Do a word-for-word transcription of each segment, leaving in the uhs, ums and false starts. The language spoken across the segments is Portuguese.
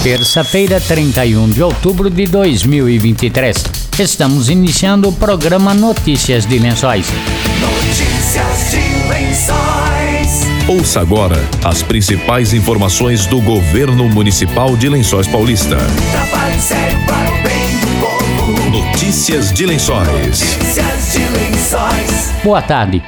terça-feira, trinta e um de outubro de dois mil e vinte e três. Estamos iniciando o programa Notícias de Lençóis. Notícias de Lençóis. Ouça agora as principais informações do governo municipal de Lençóis Paulista. Trabalho sério para o bem do povo. Notícias de Lençóis. Notícias de Lençóis. Boa tarde.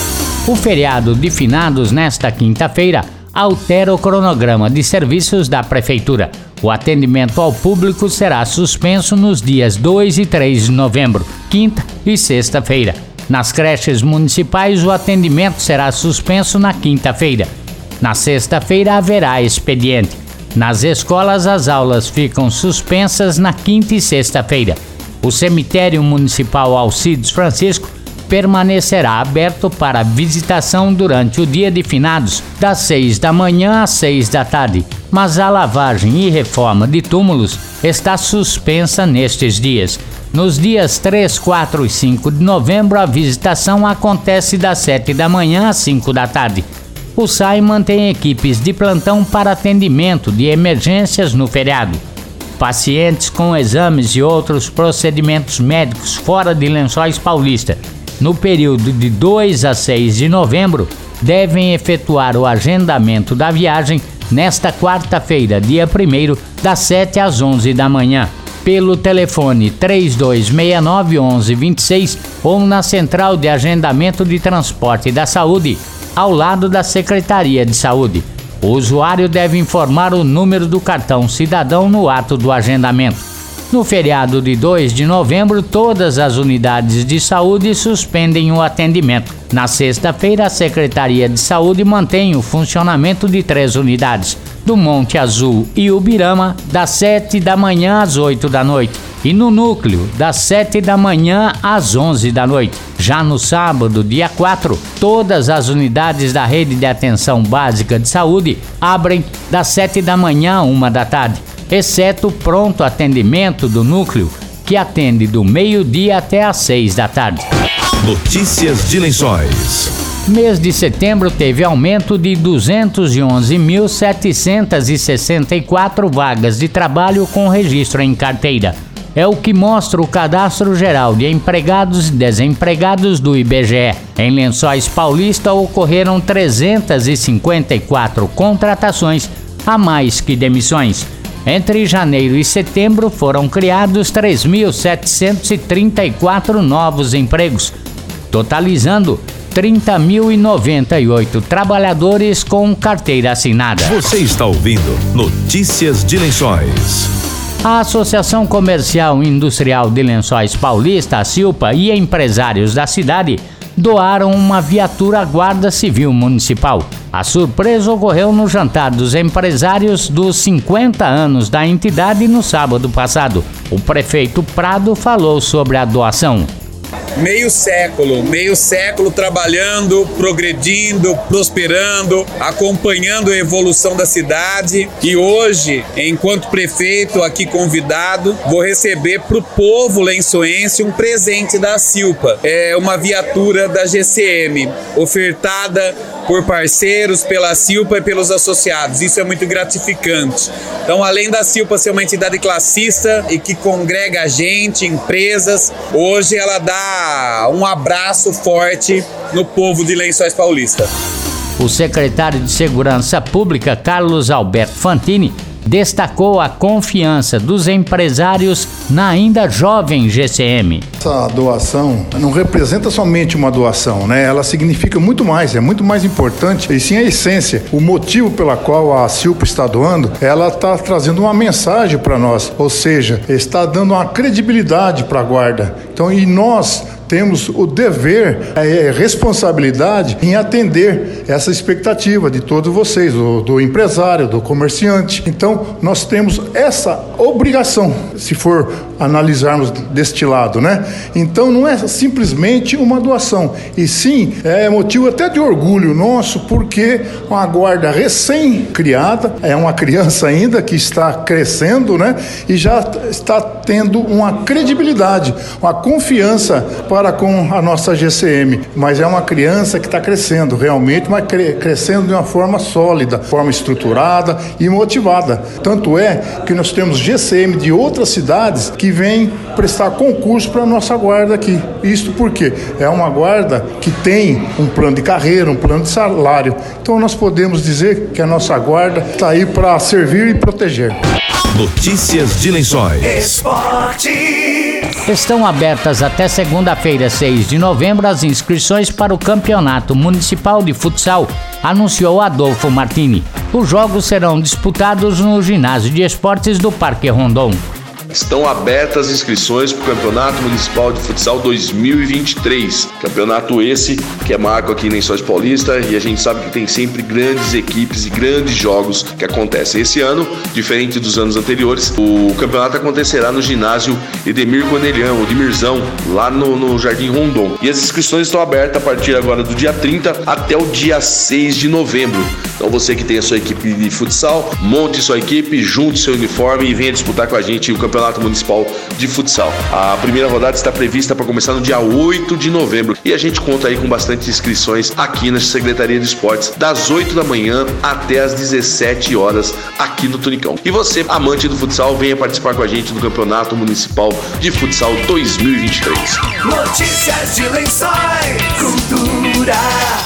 O feriado de finados nesta quinta-feira altera o cronograma de serviços da Prefeitura. O atendimento ao público será suspenso nos dias dois e três de novembro, quinta e sexta-feira. Nas creches municipais, o atendimento será suspenso na quinta-feira. Na sexta-feira, haverá expediente. Nas escolas, as aulas ficam suspensas na quinta e sexta-feira. O cemitério municipal Alcides Francisco permanecerá aberto para visitação durante o dia de finados, das seis da manhã às seis da tarde, mas a lavagem e reforma de túmulos está suspensa nestes dias. Nos dias três, quatro e cinco de novembro, a visitação acontece das sete da manhã às cinco da tarde. O S A I mantém equipes de plantão para atendimento de emergências no feriado. Pacientes com exames e outros procedimentos médicos fora de Lençóis Paulista, no período de dois a seis de novembro, devem efetuar o agendamento da viagem nesta quarta-feira, dia primeiro, das sete às onze da manhã, pelo telefone três dois seis nove, onze vinte e seis ou na Central de Agendamento de Transporte da Saúde, ao lado da Secretaria de Saúde. O usuário deve informar o número do cartão cidadão no ato do agendamento. No feriado de dois de novembro, todas as unidades de saúde suspendem o atendimento. Na sexta-feira, a Secretaria de Saúde mantém o funcionamento de três unidades, do Monte Azul e Ubirama, das sete da manhã às oito da noite, e no Núcleo, das sete da manhã às onze da noite. Já no sábado, dia quatro, todas as unidades da Rede de Atenção Básica de Saúde abrem das sete da manhã à uma da tarde, exceto o pronto atendimento do Núcleo, que atende do meio-dia até às seis da tarde. Notícias de Lençóis. Mês de setembro teve aumento de duzentas e onze mil, setecentas e sessenta e quatro vagas de trabalho com registro em carteira. É o que mostra o Cadastro Geral de Empregados e Desempregados do I B G E. Em Lençóis Paulista ocorreram trezentas e cinquenta e quatro contratações a mais que demissões. Entre janeiro e setembro foram criados três mil setecentos e trinta e quatro novos empregos, totalizando trinta mil e noventa e oito trabalhadores com carteira assinada. Você está ouvindo Notícias de Lençóis. A Associação Comercial e Industrial de Lençóis Paulista, a Silpa, e empresários da cidade doaram uma viatura à Guarda Civil Municipal. A surpresa ocorreu no jantar dos empresários dos cinquenta anos da entidade no sábado passado. O prefeito Prado falou sobre a doação. Meio século, meio século trabalhando, progredindo, prosperando, acompanhando a evolução da cidade, e hoje, enquanto prefeito aqui convidado, vou receber para o povo lençoense um presente da Silpa. É uma viatura da G C M, ofertada por parceiros, pela Silpa e pelos associados. Isso é muito gratificante. Então, além da Silpa ser uma entidade classista e que congrega gente, empresas, hoje ela dá um abraço forte no povo de Lençóis Paulista. O secretário de Segurança Pública, Carlos Alberto Fantini, destacou a confiança dos empresários na ainda jovem G C M. Essa doação não representa somente uma doação, né? Ela significa muito mais, é muito mais importante, e sim a essência, o motivo pela qual a Silpa está doando. Ela está trazendo uma mensagem para nós, ou seja, está dando uma credibilidade para a guarda. Então, e nós temos o dever, a responsabilidade em atender essa expectativa de todos vocês, do, do empresário, do comerciante. Então, nós temos essa obrigação, se for analisarmos deste lado, né? Então, não é simplesmente uma doação, e sim é motivo até de orgulho nosso, porque uma guarda recém-criada, é uma criança ainda que está crescendo, né? E já está tendo uma credibilidade, uma confiança para para com a nossa G C M, mas é uma criança que está crescendo realmente, mas cre- crescendo de uma forma sólida, forma estruturada e motivada. Tanto é que nós temos G C M de outras cidades que vêm prestar concurso para a nossa guarda aqui. Isto porque é uma guarda que tem um plano de carreira, um plano de salário. Então nós podemos dizer que a nossa guarda está aí para servir e proteger. Notícias de Lençóis. Esporte. Estão abertas até segunda-feira, seis de novembro, as inscrições para o Campeonato Municipal de Futsal, anunciou Adolfo Martini. Os jogos serão disputados no Ginásio de Esportes do Parque Rondon. Estão abertas as inscrições para o Campeonato Municipal de Futsal dois mil e vinte e três. Campeonato esse que é marco aqui em Lençóis Paulista, e a gente sabe que tem sempre grandes equipes e grandes jogos que acontecem. Esse ano, diferente dos anos anteriores, o campeonato acontecerá no ginásio Edemir Cornelião, o Dimirzão, lá no, no Jardim Rondon. E as inscrições estão abertas a partir agora do dia trinta até o dia seis de novembro. Então você que tem a sua equipe de futsal, monte sua equipe, junte seu uniforme e venha disputar com a gente o Campeonato Municipal de Futsal. A primeira rodada está prevista para começar no dia oito de novembro e a gente conta aí com bastante inscrições aqui na Secretaria de Esportes, das oito da manhã até as dezessete horas aqui no Tunicão. E você, amante do futsal, venha participar com a gente do Campeonato Municipal de Futsal dois mil e vinte e três. Notícias de Lençóis. Cultura.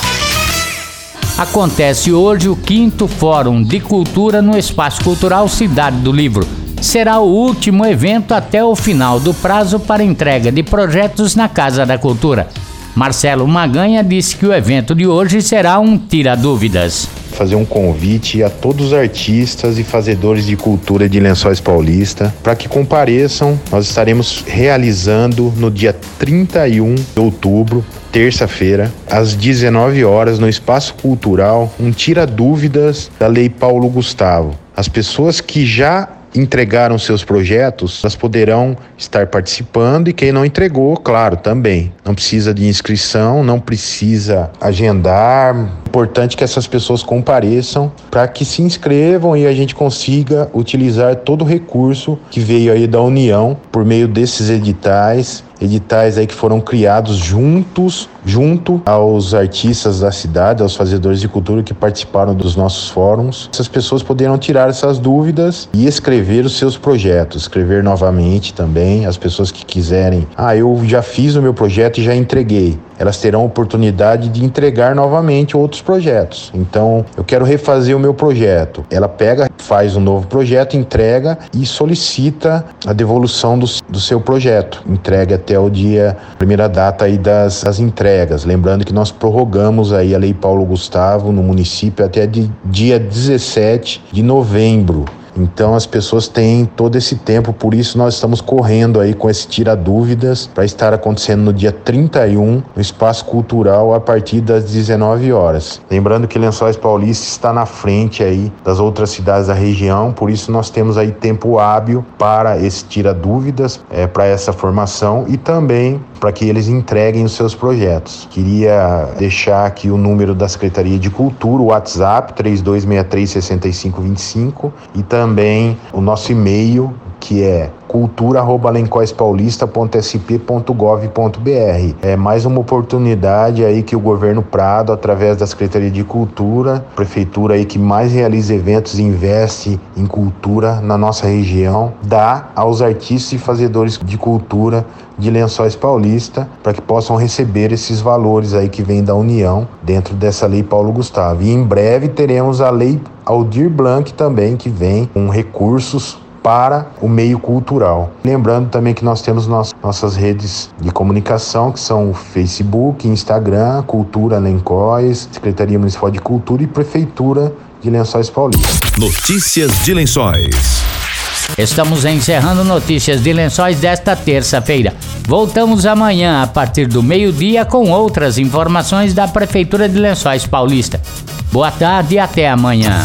Acontece hoje o quinto Fórum de Cultura no Espaço Cultural Cidade do Livro. Será o último evento até o final do prazo para entrega de projetos na Casa da Cultura. Marcelo Maganha disse que o evento de hoje será um tira-dúvidas. Fazer um convite a todos os artistas e fazedores de cultura de Lençóis Paulista para que compareçam. Nós estaremos realizando no dia trinta e um de outubro, terça-feira, às dezenove horas, no Espaço Cultural, um tira-dúvidas da Lei Paulo Gustavo. As pessoas que já entregaram seus projetos, elas poderão estar participando, e quem não entregou, claro, também. Não precisa de inscrição, não precisa agendar. Importante que essas pessoas compareçam para que se inscrevam e a gente consiga utilizar todo o recurso que veio aí da União por meio desses editais. Editais aí que foram criados juntos, junto aos artistas da cidade, aos fazedores de cultura que participaram dos nossos fóruns. Essas pessoas poderão tirar essas dúvidas e escrever os seus projetos, escrever novamente também. As pessoas que quiserem, ah, eu já fiz o meu projeto e já entreguei, elas terão a oportunidade de entregar novamente outros projetos. Então, eu quero refazer o meu projeto. Ela pega, faz um novo projeto, entrega e solicita a devolução do, do seu projeto. Entrega até o dia, primeira data aí das, das entregas. Lembrando que nós prorrogamos aí a Lei Paulo Gustavo no município até de, dia dezessete de novembro. Então as pessoas têm todo esse tempo, por isso nós estamos correndo aí com esse tira-dúvidas para estar acontecendo no dia trinta e um no Espaço Cultural a partir das dezenove horas. Lembrando que Lençóis Paulista está na frente aí das outras cidades da região, por isso nós temos aí tempo hábil para esse tira-dúvidas, é, para essa formação e também para que eles entreguem os seus projetos. Queria deixar aqui o número da Secretaria de Cultura, o WhatsApp três dois seis três, seis cinco dois cinco e também o nosso e-mail, que é cultura arroba lençóis paulista ponto s p ponto gov ponto b r. É mais uma oportunidade aí que o governo Prado, através da Secretaria de Cultura, prefeitura aí que mais realiza eventos e investe em cultura na nossa região, dá aos artistas e fazedores de cultura de Lençóis Paulista para que possam receber esses valores aí que vem da União dentro dessa Lei Paulo Gustavo. E em breve teremos a Lei Aldir Blanc também, que vem com recursos para o meio cultural. Lembrando também que nós temos nossas, nossas redes de comunicação, que são o Facebook, Instagram, Cultura Lençóis, Secretaria Municipal de Cultura e Prefeitura de Lençóis Paulista. Notícias de Lençóis. Estamos encerrando Notícias de Lençóis desta terça-feira. Voltamos amanhã a partir do meio-dia com outras informações da Prefeitura de Lençóis Paulista. Boa tarde e até amanhã.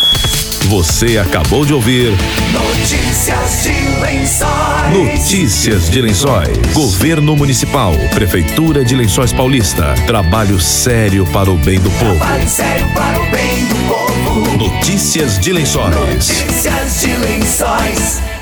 Você acabou de ouvir Notícias de Lençóis. Notícias de Lençóis. Governo Municipal, Prefeitura de Lençóis Paulista. Trabalho sério para o bem do povo. Trabalho sério para o bem do povo. Notícias de Lençóis. Notícias de Lençóis.